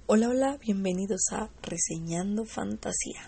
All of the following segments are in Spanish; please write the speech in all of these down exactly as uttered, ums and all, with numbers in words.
Hola, hola, bienvenidos a Reseñando Fantasía.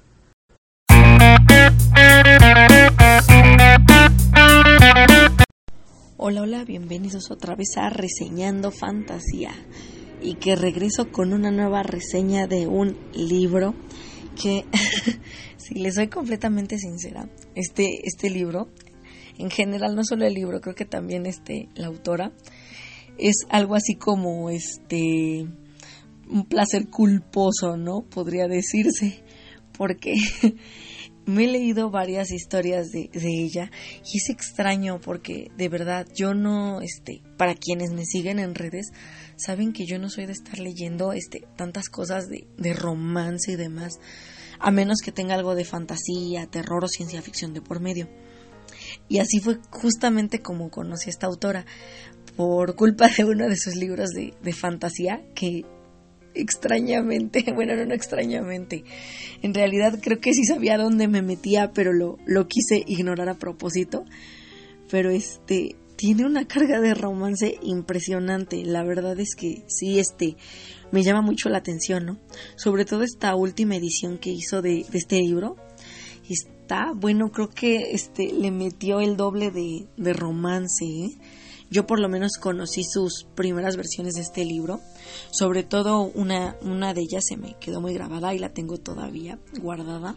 Hola, hola, bienvenidos otra vez a Reseñando Fantasía. Y que regreso con una nueva reseña de un libro que, si les soy completamente sincera, este, este libro, en general, no solo el libro, creo que también este, la autora, es algo así como este... un placer culposo, ¿no? Podría decirse, porque me he leído varias historias de, de ella y es extraño porque de verdad yo no, este, para quienes me siguen en redes, saben que yo no soy de estar leyendo, este, tantas cosas de, de romance y demás, a menos que tenga algo de fantasía, terror o ciencia ficción de por medio. Y así fue justamente como conocí a esta autora, por culpa de uno de sus libros de, de fantasía que extrañamente, bueno, no, no extrañamente, en realidad creo que sí sabía dónde me metía, pero lo, lo quise ignorar a propósito, pero este, tiene una carga de romance impresionante, la verdad es que sí, este, me llama mucho la atención, ¿no? Sobre todo esta última edición que hizo de, de este libro, está, bueno, creo que este, le metió el doble de, de romance, ¿eh? Yo por lo menos conocí sus primeras versiones de este libro, sobre todo una, una de ellas se me quedó muy grabada y la tengo todavía guardada.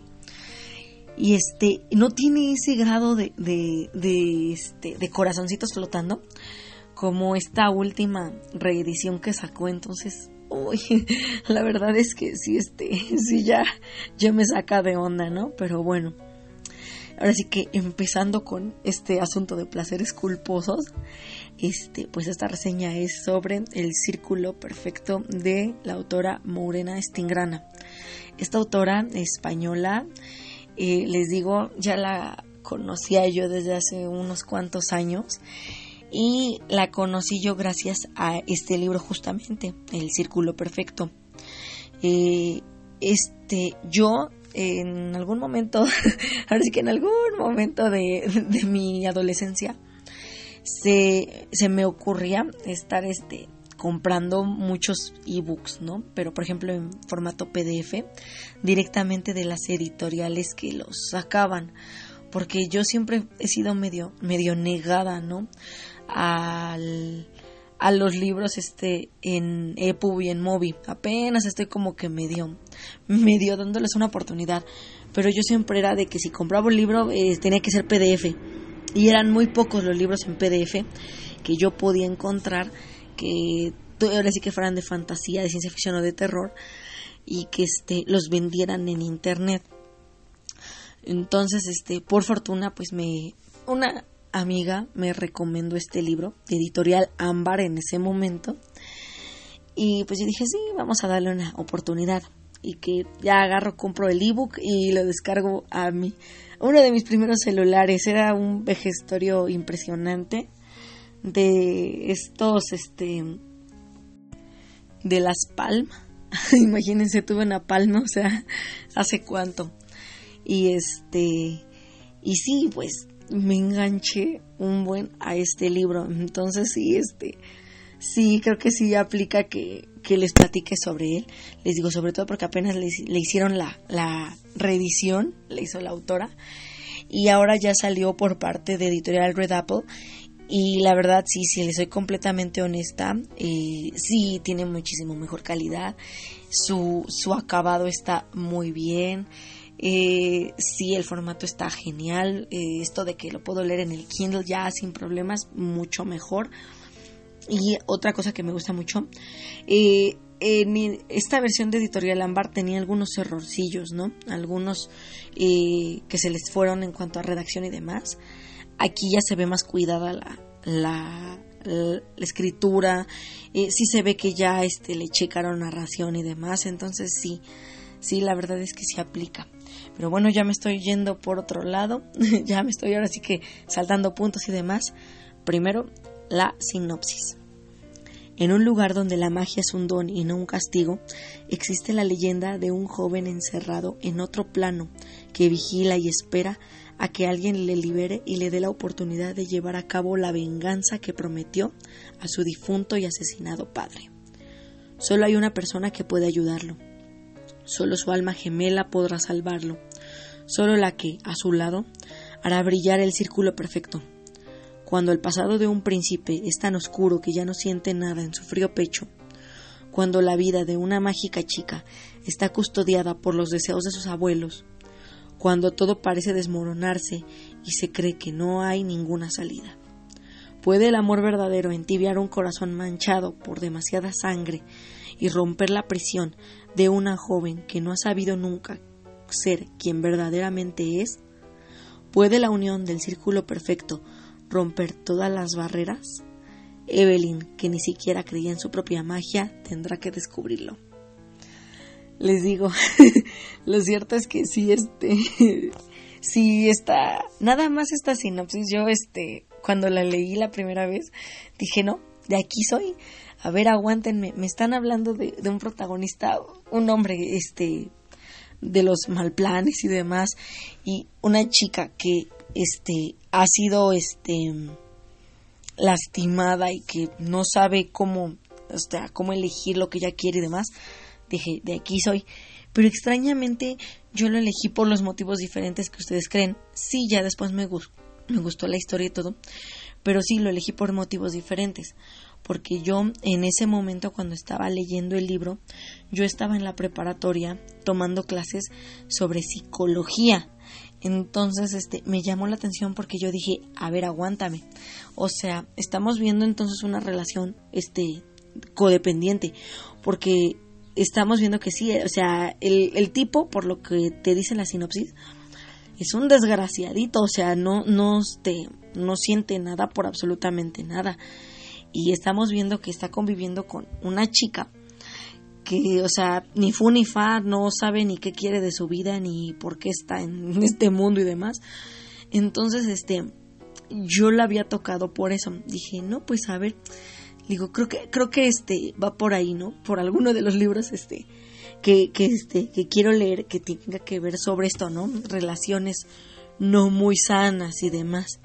Y este, no tiene ese grado de, de, de, este, de corazoncitos flotando como esta última reedición que sacó, entonces, uy, la verdad es que sí, este, sí ya, ya me saca de onda, ¿no? Pero bueno. Ahora sí que empezando con este asunto de placeres culposos, este, pues esta reseña es sobre El Círculo Perfecto de la autora Maurena Stingrana. Esta autora española, eh, les digo, ya la conocía yo desde hace unos cuantos años y la conocí yo gracias a este libro justamente, El Círculo Perfecto. Eh, este, yo... en algún momento, ahora sí que en algún momento de, de mi adolescencia, se, se me ocurría estar este, comprando muchos ebooks, ¿no? Pero por ejemplo en formato P D F, directamente de las editoriales que los sacaban, porque yo siempre he sido medio, medio negada, ¿no? Al... a los libros este en EPUB y en Mobi. Apenas estoy como que medio, medio dándoles una oportunidad. Pero yo siempre era de que si compraba un libro eh, tenía que ser P D F. Y eran muy pocos los libros en P D F que yo podía encontrar que ahora sí que fueran de fantasía, de ciencia ficción o de terror y que este los vendieran en internet. Entonces, este, por fortuna, pues me una amiga me recomendó este libro de Editorial Ámbar en ese momento y pues yo dije sí, vamos a darle una oportunidad y que ya agarro, compro el ebook y lo descargo a mi uno de mis primeros celulares. Era un vejestorio impresionante de estos este de las Palm. Imagínense, tuve una Palm, o sea, hace cuánto. Y este y sí, pues me enganché un buen a este libro. Entonces sí, este sí, creo que sí aplica que, que les platique sobre él. Les digo, sobre todo porque apenas le, le hicieron la, la reedición, le hizo la autora, y ahora ya salió por parte de Editorial Red Apple. Y la verdad, sí, si les soy completamente honesta, eh, sí tiene muchísimo mejor calidad. Su, su acabado está muy bien. Eh, sí, el formato está genial. Eh, esto de que lo puedo leer en el Kindle ya sin problemas, mucho mejor. Y otra cosa que me gusta mucho, eh, en esta versión de Editorial Ámbar tenía algunos errorcillos, ¿no? Algunos eh, que se les fueron en cuanto a redacción y demás. Aquí ya se ve más cuidada la, la, la, la escritura. Eh, sí se ve que ya este, le checaron narración y demás. Entonces sí, sí, la verdad es que sí aplica. Pero bueno, ya me estoy yendo por otro lado. Ya me estoy ahora sí que saltando puntos y demás. Primero, la sinopsis. En un lugar donde la magia es un don y no un castigo, existe la leyenda de un joven encerrado en otro plano que vigila y espera a que alguien le libere y le dé la oportunidad de llevar a cabo la venganza que prometió a su difunto y asesinado padre. Solo hay una persona que puede ayudarlo. Solo su alma gemela podrá salvarlo. Solo la que, a su lado, hará brillar el círculo perfecto. Cuando el pasado de un príncipe es tan oscuro que ya no siente nada en su frío pecho, cuando la vida de una mágica chica está custodiada por los deseos de sus abuelos, cuando todo parece desmoronarse y se cree que no hay ninguna salida. ¿Puede el amor verdadero entibiar un corazón manchado por demasiada sangre y romper la prisión de una joven que no ha sabido nunca ser quien verdaderamente es? ¿Puede la unión del círculo perfecto romper todas las barreras? Evelyn, que ni siquiera creía en su propia magia, tendrá que descubrirlo. Les digo, lo cierto es que sí, este, sí está, nada más esta sinopsis, yo, este, cuando la leí la primera vez, dije, no, de aquí soy, a ver, aguántenme, me están hablando de, de un protagonista, un hombre, este, de los mal planes y demás, y una chica que, este, ha sido, este, lastimada y que no sabe cómo, o sea, cómo elegir lo que ella quiere y demás. Dije, de aquí soy. Pero extrañamente yo lo elegí por los motivos diferentes que ustedes creen. Sí, ya después me gustó, me gustó la historia y todo, pero sí lo elegí por motivos diferentes. Porque yo en ese momento, cuando estaba leyendo el libro, yo estaba en la preparatoria tomando clases sobre psicología. Entonces, este, me llamó la atención porque yo dije, a ver, aguántame. O sea, estamos viendo entonces una relación, este, codependiente, porque estamos viendo que sí, o sea, el, el tipo, por lo que te dice la sinopsis, es un desgraciadito, o sea, no, no, este, no siente nada por absolutamente nada. Y estamos viendo que está conviviendo con una chica que, o sea, ni fu ni fa, no sabe ni qué quiere de su vida, ni por qué está en este mundo y demás. Entonces, este, yo la había tocado por eso. Dije, no, pues a ver, digo, creo que, creo que este, va por ahí, ¿no? Por alguno de los libros, este, que, que este, que quiero leer, que tenga que ver sobre esto, ¿no? Relaciones no muy sanas y demás.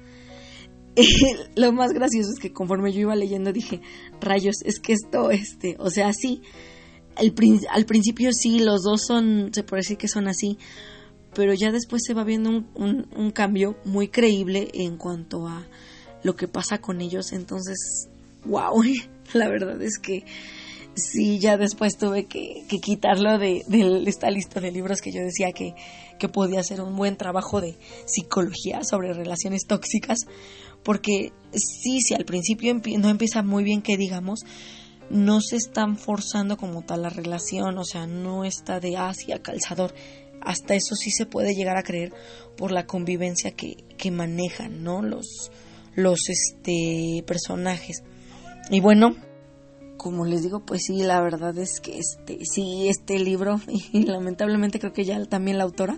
Lo más gracioso es que conforme yo iba leyendo dije, rayos, es que esto, este, o sea, sí, al, prin- al principio sí, los dos son, se puede decir que son así, pero ya después se va viendo un, un, un cambio muy creíble en cuanto a lo que pasa con ellos. Entonces, wow, la verdad es que sí, ya después tuve que, que quitarlo de, de esta lista de libros que yo decía que, que podía hacer un buen trabajo de psicología sobre relaciones tóxicas, porque sí, si al principio empie- no empieza muy bien, que digamos, no se están forzando como tal la relación, o sea, no está de hacia calzador. Hasta eso sí se puede llegar a creer por la convivencia que, que manejan, ¿no? Los, los este, personajes. Y bueno, como les digo, pues sí, la verdad es que este, sí, este libro, y lamentablemente creo que ya también la autora,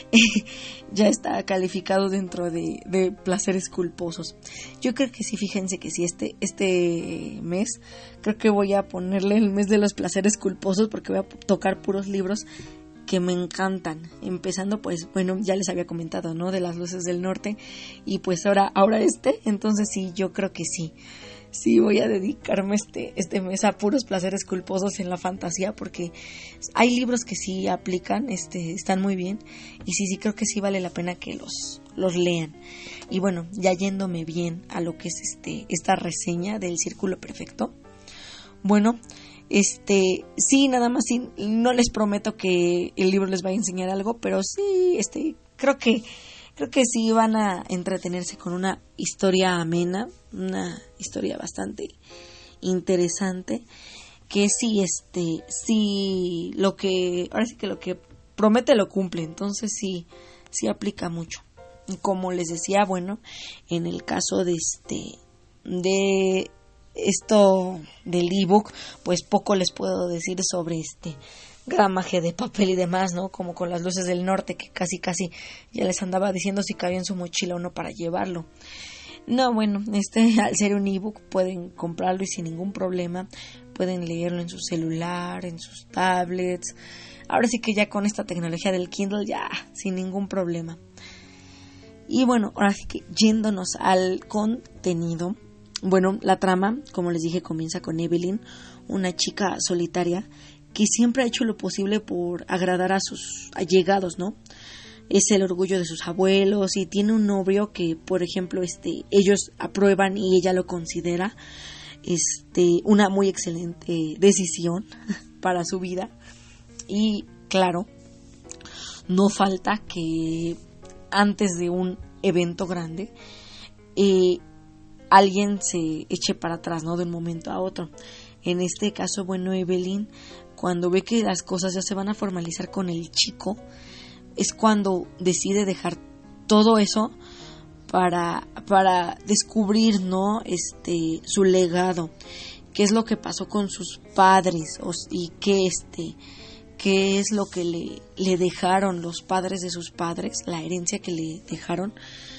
ya está calificado dentro de, de placeres culposos. Yo creo que sí, fíjense que sí, este, este mes, creo que voy a ponerle el mes de los placeres culposos, porque voy a tocar puros libros que me encantan, empezando pues, bueno, ya les había comentado, ¿no? De Las Luces del Norte, y pues ahora, ahora este, entonces sí, yo creo que sí. Sí, voy a dedicarme este, este mes a puros placeres culposos en la fantasía, porque hay libros que sí aplican, este, están muy bien, y sí, sí creo que sí vale la pena que los, los lean. Y bueno, ya yéndome bien a lo que es este, esta reseña del Círculo Perfecto, bueno, este, sí, nada más, sí, no les prometo que el libro les vaya a enseñar algo, pero sí, este, creo que Creo que sí van a entretenerse con una historia amena, una historia bastante interesante, que sí, este, sí, lo que, ahora sí que lo que promete lo cumple, entonces sí, sí aplica mucho. Como les decía, bueno, en el caso de este, de esto del ebook, pues poco les puedo decir sobre este gramaje de papel y demás, ¿no? Como con Las Luces del Norte, que casi casi ya les andaba diciendo si cabía en su mochila o no para llevarlo. No, bueno, este al ser un ebook pueden comprarlo y sin ningún problema pueden leerlo en su celular, en sus tablets. Ahora sí que ya con esta tecnología del Kindle ya sin ningún problema. Y bueno, ahora sí que yéndonos al contenido. Bueno, la trama, como les dije, comienza con Evelyn, una chica solitaria que siempre ha hecho lo posible por agradar a sus allegados, ¿no? Es el orgullo de sus abuelos y tiene un novio que, por ejemplo, este, ellos aprueban y ella lo considera este, una muy excelente decisión para su vida. Y claro, no falta que antes de un evento grande eh, alguien se eche para atrás, ¿no? De un momento a otro. En este caso, bueno, Evelyn, cuando ve que las cosas ya se van a formalizar con el chico, es cuando decide dejar todo eso para, para descubrir, ¿no? Este, su legado, qué es lo que pasó con sus padres y qué este, qué es lo que le, le dejaron los padres de sus padres, la herencia que le dejaron.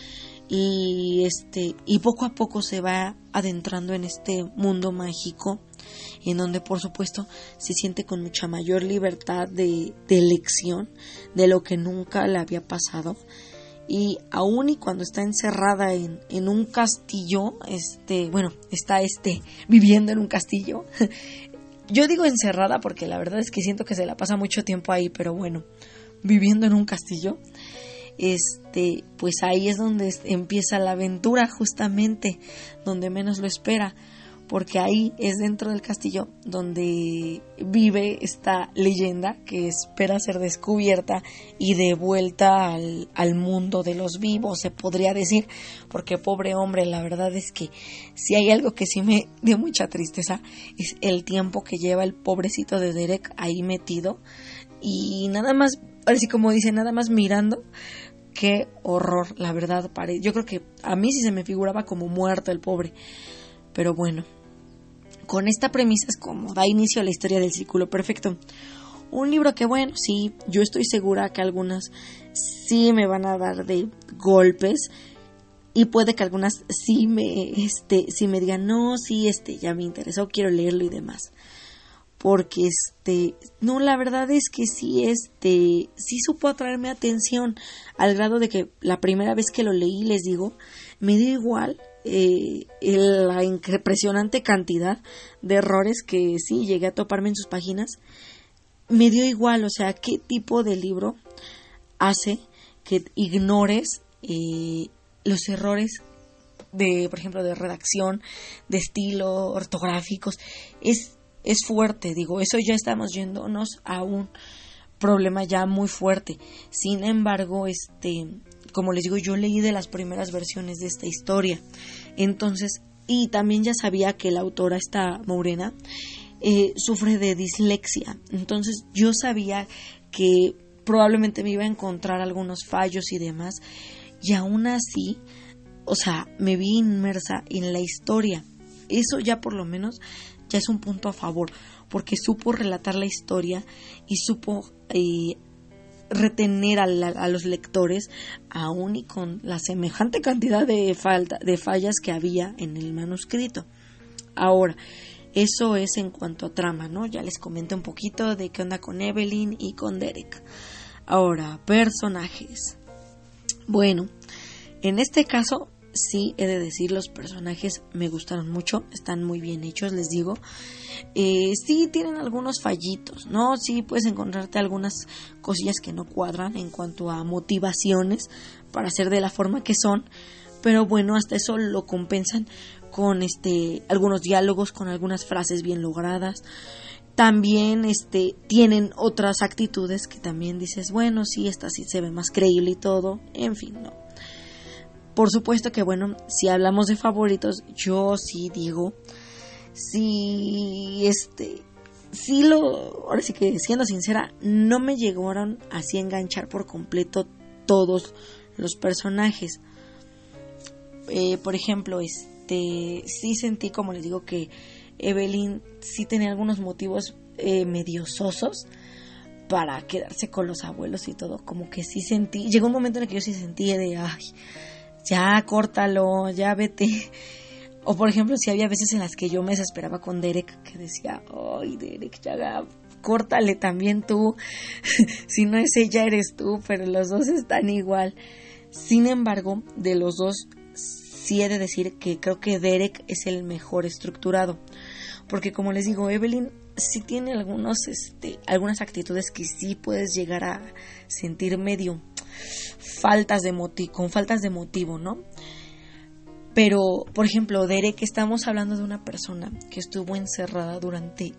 Y este y poco a poco se va adentrando en este mundo mágico, en donde por supuesto se siente con mucha mayor libertad de, de elección de lo que nunca le había pasado. Y aún y cuando está encerrada en, en un castillo, este, bueno, está este viviendo en un castillo. Yo digo encerrada porque la verdad es que siento que se la pasa mucho tiempo ahí, pero bueno, viviendo en un castillo. Este, pues ahí es donde empieza la aventura, justamente, donde menos lo espera, porque ahí es dentro del castillo donde vive esta leyenda que espera ser descubierta y devuelta al, al mundo de los vivos, se podría decir, porque pobre hombre, la verdad es que si hay algo que sí me dio mucha tristeza, es el tiempo que lleva el pobrecito de Derek ahí metido, y nada más, así como dice, nada más mirando. Qué horror, la verdad. Pare... Yo creo que a mí sí se me figuraba como muerto el pobre. Pero bueno, con esta premisa es como da inicio a la historia del Círculo Perfecto. Un libro que, bueno, sí, yo estoy segura que algunas sí me van a dar de golpes. Y puede que algunas sí me, este, sí me digan, no, sí, este, ya me interesó, quiero leerlo y demás. Porque este, no, la verdad es que sí, este, sí supo atraerme atención, al grado de que la primera vez que lo leí, les digo, me dio igual eh, la impresionante cantidad de errores que sí llegué a toparme en sus páginas, me dio igual, o sea, qué tipo de libro hace que ignores eh, los errores de, por ejemplo, de redacción, de estilo, ortográficos, es Es fuerte, digo, eso ya estamos yéndonos a un problema ya muy fuerte. Sin embargo, este, como les digo, yo leí de las primeras versiones de esta historia. Entonces, y también ya sabía que la autora, esta Morena, eh, sufre de dislexia. Entonces, yo sabía que probablemente me iba a encontrar algunos fallos y demás. Y aún así, o sea, me vi inmersa en la historia. Eso ya por lo menos ya es un punto a favor, porque supo relatar la historia y supo eh, retener a, la, a los lectores, aún y con la semejante cantidad de, falta, de fallas que había en el manuscrito. Ahora, eso es en cuanto a trama, ¿no? Ya les comenté un poquito de qué onda con Evelyn y con Derek. Ahora, personajes. Bueno, en este caso sí he de decir, los personajes me gustaron mucho, están muy bien hechos, les digo. Eh, sí tienen algunos fallitos, ¿no? Sí puedes encontrarte algunas cosillas que no cuadran en cuanto a motivaciones para ser de la forma que son, pero bueno, hasta eso lo compensan con este algunos diálogos, con algunas frases bien logradas. También este tienen otras actitudes que también dices, bueno, sí, esta sí se ve más creíble y todo, en fin, no. Por supuesto que, bueno, si hablamos de favoritos, yo sí digo, sí, este, sí lo, ahora sí que siendo sincera, no me llegaron así a enganchar por completo todos los personajes. Eh, por ejemplo, este, sí sentí, como les digo, que Evelyn sí tenía algunos motivos eh, medio sosos para quedarse con los abuelos y todo, como que sí sentí, llegó un momento en el que yo sí sentí de, ay, ya córtalo, ya vete. O por ejemplo, si había veces en las que yo me desesperaba con Derek, que decía, ay Derek, ya córtale también tú, si no es ella eres tú, pero los dos están igual. Sin embargo, de los dos sí he de decir que creo que Derek es el mejor estructurado, porque como les digo, Evelyn sí tiene algunos, este, algunas actitudes que sí puedes llegar a sentir medio faltas de motivo, con faltas de motivo, ¿no? Pero, por ejemplo, Derek, estamos hablando de una persona que estuvo encerrada durante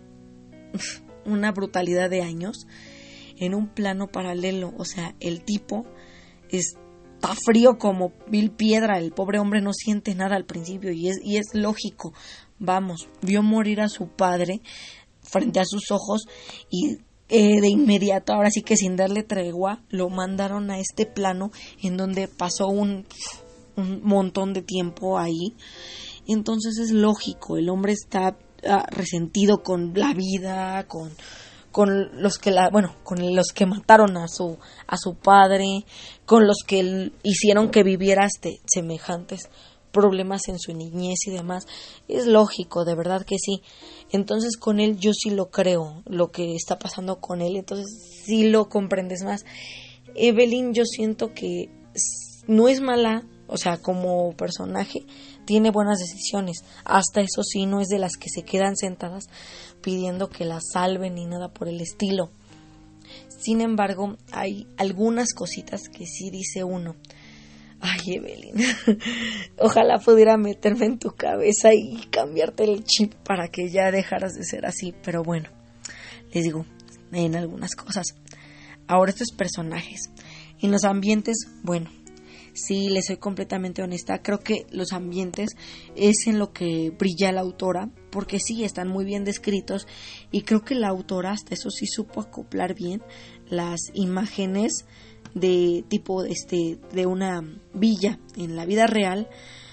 una brutalidad de años en un plano paralelo. O sea, el tipo está frío como mil piedra. El pobre hombre no siente nada al principio y es, y es lógico. Vamos, vio morir a su padre frente a sus ojos y eh, de inmediato, ahora sí que sin darle tregua, lo mandaron a este plano en donde pasó un... un montón de tiempo ahí. Entonces es lógico, el hombre está uh, resentido con la vida, con, con los que la, bueno, con los que mataron a su, a su padre, con los que l- hicieron que viviera este, semejantes problemas en su niñez y demás. Es lógico, de verdad que sí. Entonces con él yo sí lo creo, lo que está pasando con él, entonces sí lo comprendes más. Evelyn, yo siento que no es mala, o sea, como personaje tiene buenas decisiones. Hasta eso sí, no es de las que se quedan sentadas pidiendo que la salven ni nada por el estilo. Sin embargo, hay algunas cositas que sí dice uno: ay, Evelyn, ojalá pudiera meterme en tu cabeza y cambiarte el chip para que ya dejaras de ser así. Pero bueno, les digo, en algunas cosas. Ahora, estos personajes en los ambientes, bueno, sí, les soy completamente honesta, creo que los ambientes es en lo que brilla la autora, porque sí, están muy bien descritos y creo que la autora hasta eso sí supo acoplar bien las imágenes de tipo este de una villa en la vida real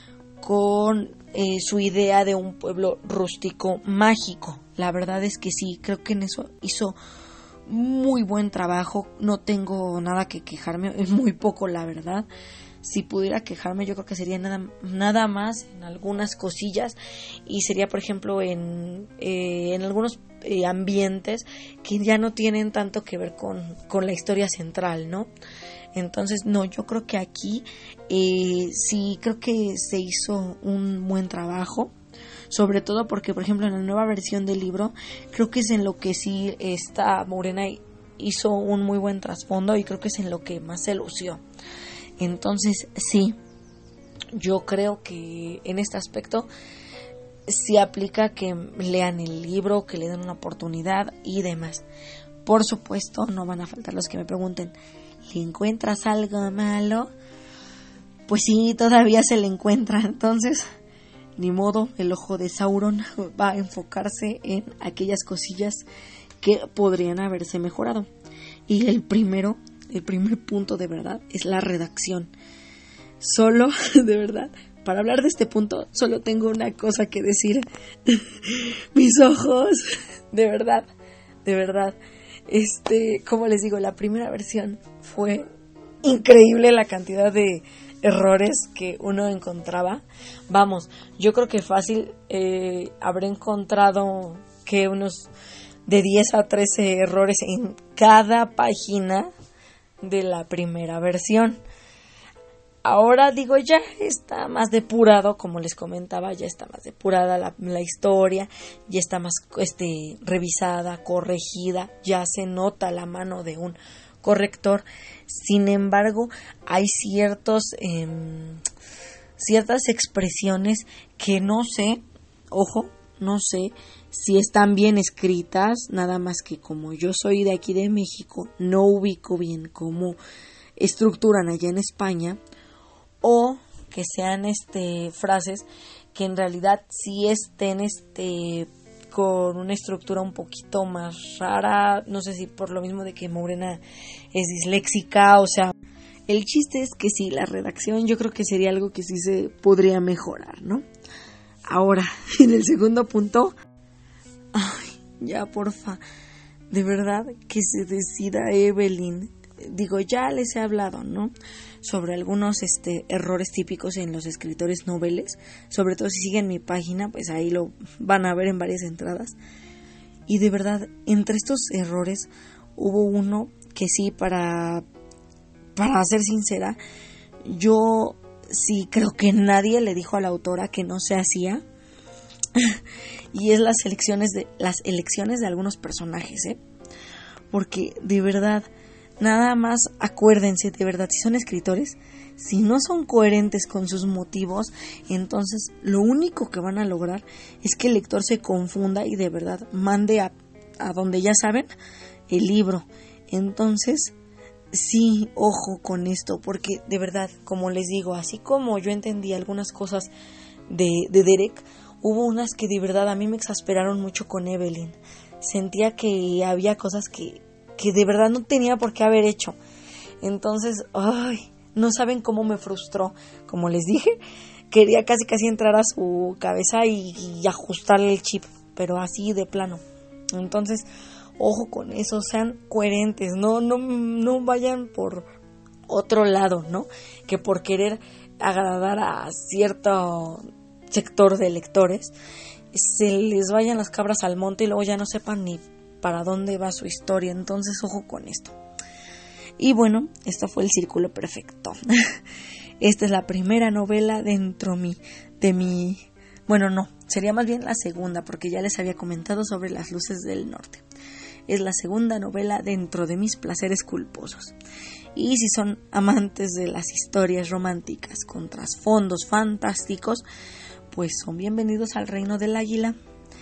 con eh, su idea de un pueblo rústico mágico. La verdad es que sí, creo que en eso hizo muy buen trabajo, no tengo nada que quejarme, es muy poco la verdad. Si pudiera quejarme, yo creo que sería nada, nada más en algunas cosillas, y sería, por ejemplo, en, eh, en algunos eh, ambientes que ya no tienen tanto que ver con, con la historia central, ¿no? Entonces, no, yo creo que aquí eh, sí, creo que se hizo un buen trabajo, sobre todo porque, por ejemplo, en la nueva versión del libro, creo que es en lo que sí esta Morena hizo un muy buen trasfondo y creo que es en lo que más se lució. Entonces, sí, yo creo que en este aspecto sí aplica que lean el libro, que le den una oportunidad y demás. Por supuesto, no van a faltar los que me pregunten, ¿le encuentras algo malo? Pues sí, todavía se le encuentra. Entonces, ni modo, el ojo de Sauron va a enfocarse en aquellas cosillas que podrían haberse mejorado. Y el primero... El primer punto de verdad es la redacción. Solo, de verdad, para hablar de este punto, solo tengo una cosa que decir. Mis ojos, de verdad, de verdad. Este, como les digo, la primera versión fue increíble la cantidad de errores que uno encontraba. Vamos, yo creo que fácil eh, habré encontrado que unos de diez a trece errores en cada página de la primera versión. Ahora digo, ya está más depurado, como les comentaba, ya está más depurada la, la historia, ya está más este, revisada, corregida, ya se nota la mano de un corrector. Sin embargo, hay ciertos eh, ciertas expresiones que no sé, ojo, no sé si están bien escritas, nada más que como yo soy de aquí de México, no ubico bien cómo estructuran allá en España, o que sean este frases que en realidad sí estén este con una estructura un poquito más rara, no sé si por lo mismo de que Morena es disléxica, o sea, el chiste es que sí, la redacción yo creo que sería algo que sí se podría mejorar, ¿no? Ahora, en el segundo punto, ay, ya porfa, de verdad que se decida Evelyn. Digo, ya les he hablado, ¿no? Sobre algunos este, errores típicos en los escritores noveles, sobre todo si siguen mi página, pues ahí lo van a ver en varias entradas. Y de verdad, entre estos errores hubo uno que sí, para, para ser sincera, yo sí creo que nadie le dijo a la autora que no se hacía. y es las elecciones de las elecciones de algunos personajes, ¿eh? Porque de verdad, nada más acuérdense, de verdad, si son escritores, si no son coherentes con sus motivos, entonces lo único que van a lograr es que el lector se confunda y de verdad mande a, a donde ya saben el libro. Entonces, sí, ojo con esto, porque de verdad, como les digo, así como yo entendí algunas cosas de, de Derek, hubo unas que de verdad a mí me exasperaron mucho con Evelyn. Sentía que había cosas que, que de verdad no tenía por qué haber hecho. Entonces, ay, no saben cómo me frustró. Como les dije, quería casi casi entrar a su cabeza y, y ajustarle el chip, pero así de plano. Entonces, ojo con eso, sean coherentes, no, no, no vayan por otro lado, ¿no? Que por querer agradar a cierto sector de lectores se les vayan las cabras al monte y luego ya no sepan ni para dónde va su historia. Entonces, ojo con esto. Y bueno, esto fue El Círculo Perfecto. Esta es la primera novela dentro mi, de mi... Bueno, no, sería más bien la segunda, porque ya les había comentado sobre Las Luces del Norte. Es la segunda novela dentro de mis placeres culposos. Y si son amantes de las historias románticas con trasfondos fantásticos, pues son bienvenidos al Reino del Águila.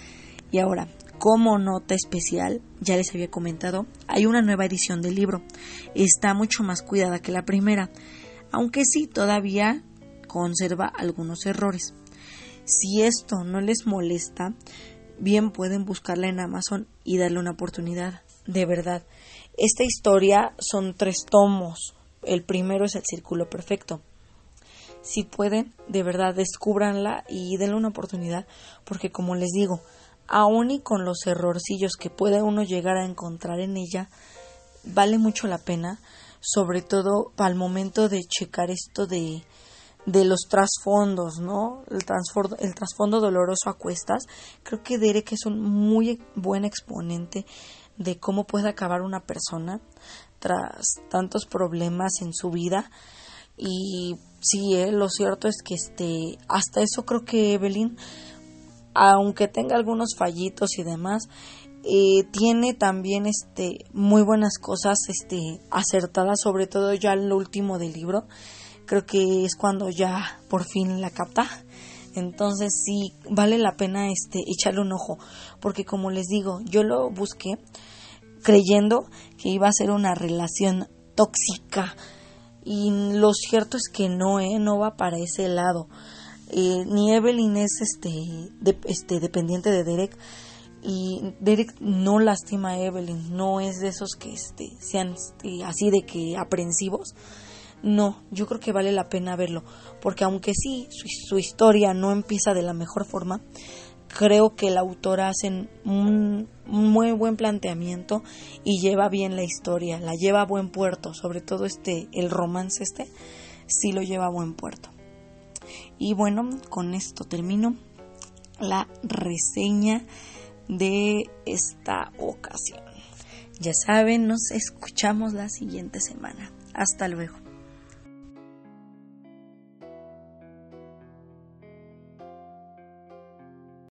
Y ahora, como nota especial, ya les había comentado, hay una nueva edición del libro. Está mucho más cuidada que la primera, aunque sí todavía conserva algunos errores. Si esto no les molesta, bien pueden buscarla en Amazon y darle una oportunidad. De verdad, esta historia son tres tomos. El primero es El Círculo Perfecto. Si pueden, de verdad, descúbranla y denle una oportunidad, porque como les digo, aún y con los errorcillos que puede uno llegar a encontrar en ella, vale mucho la pena, sobre todo para el momento de checar esto de, de los trasfondos, ¿no? El, trasfondo, el trasfondo doloroso a cuestas. Creo que Derek es un muy buen exponente de cómo puede acabar una persona tras tantos problemas en su vida. Y sí, eh, lo cierto es que este, hasta eso creo que Evelyn, aunque tenga algunos fallitos y demás, eh, tiene también este muy buenas cosas este acertadas, sobre todo ya en lo último del libro. Creo que es cuando ya por fin la capta. Entonces sí vale la pena este echarle un ojo, porque como les digo, yo lo busqué creyendo que iba a ser una relación tóxica, y lo cierto es que no, eh, no va para ese lado. Eh, ni Evelyn es este, de, este dependiente de Derek, y Derek no lastima a Evelyn, no es de esos que este, sean este, así de que aprensivos. No, yo creo que vale la pena verlo, porque aunque sí su, su historia no empieza de la mejor forma, creo que la autora hace un, un muy buen planteamiento y lleva bien la historia, la lleva a buen puerto, sobre todo este, el romance este, sí lo lleva a buen puerto. Y bueno, con esto termino la reseña de esta ocasión. Ya saben, nos escuchamos la siguiente semana. Hasta luego.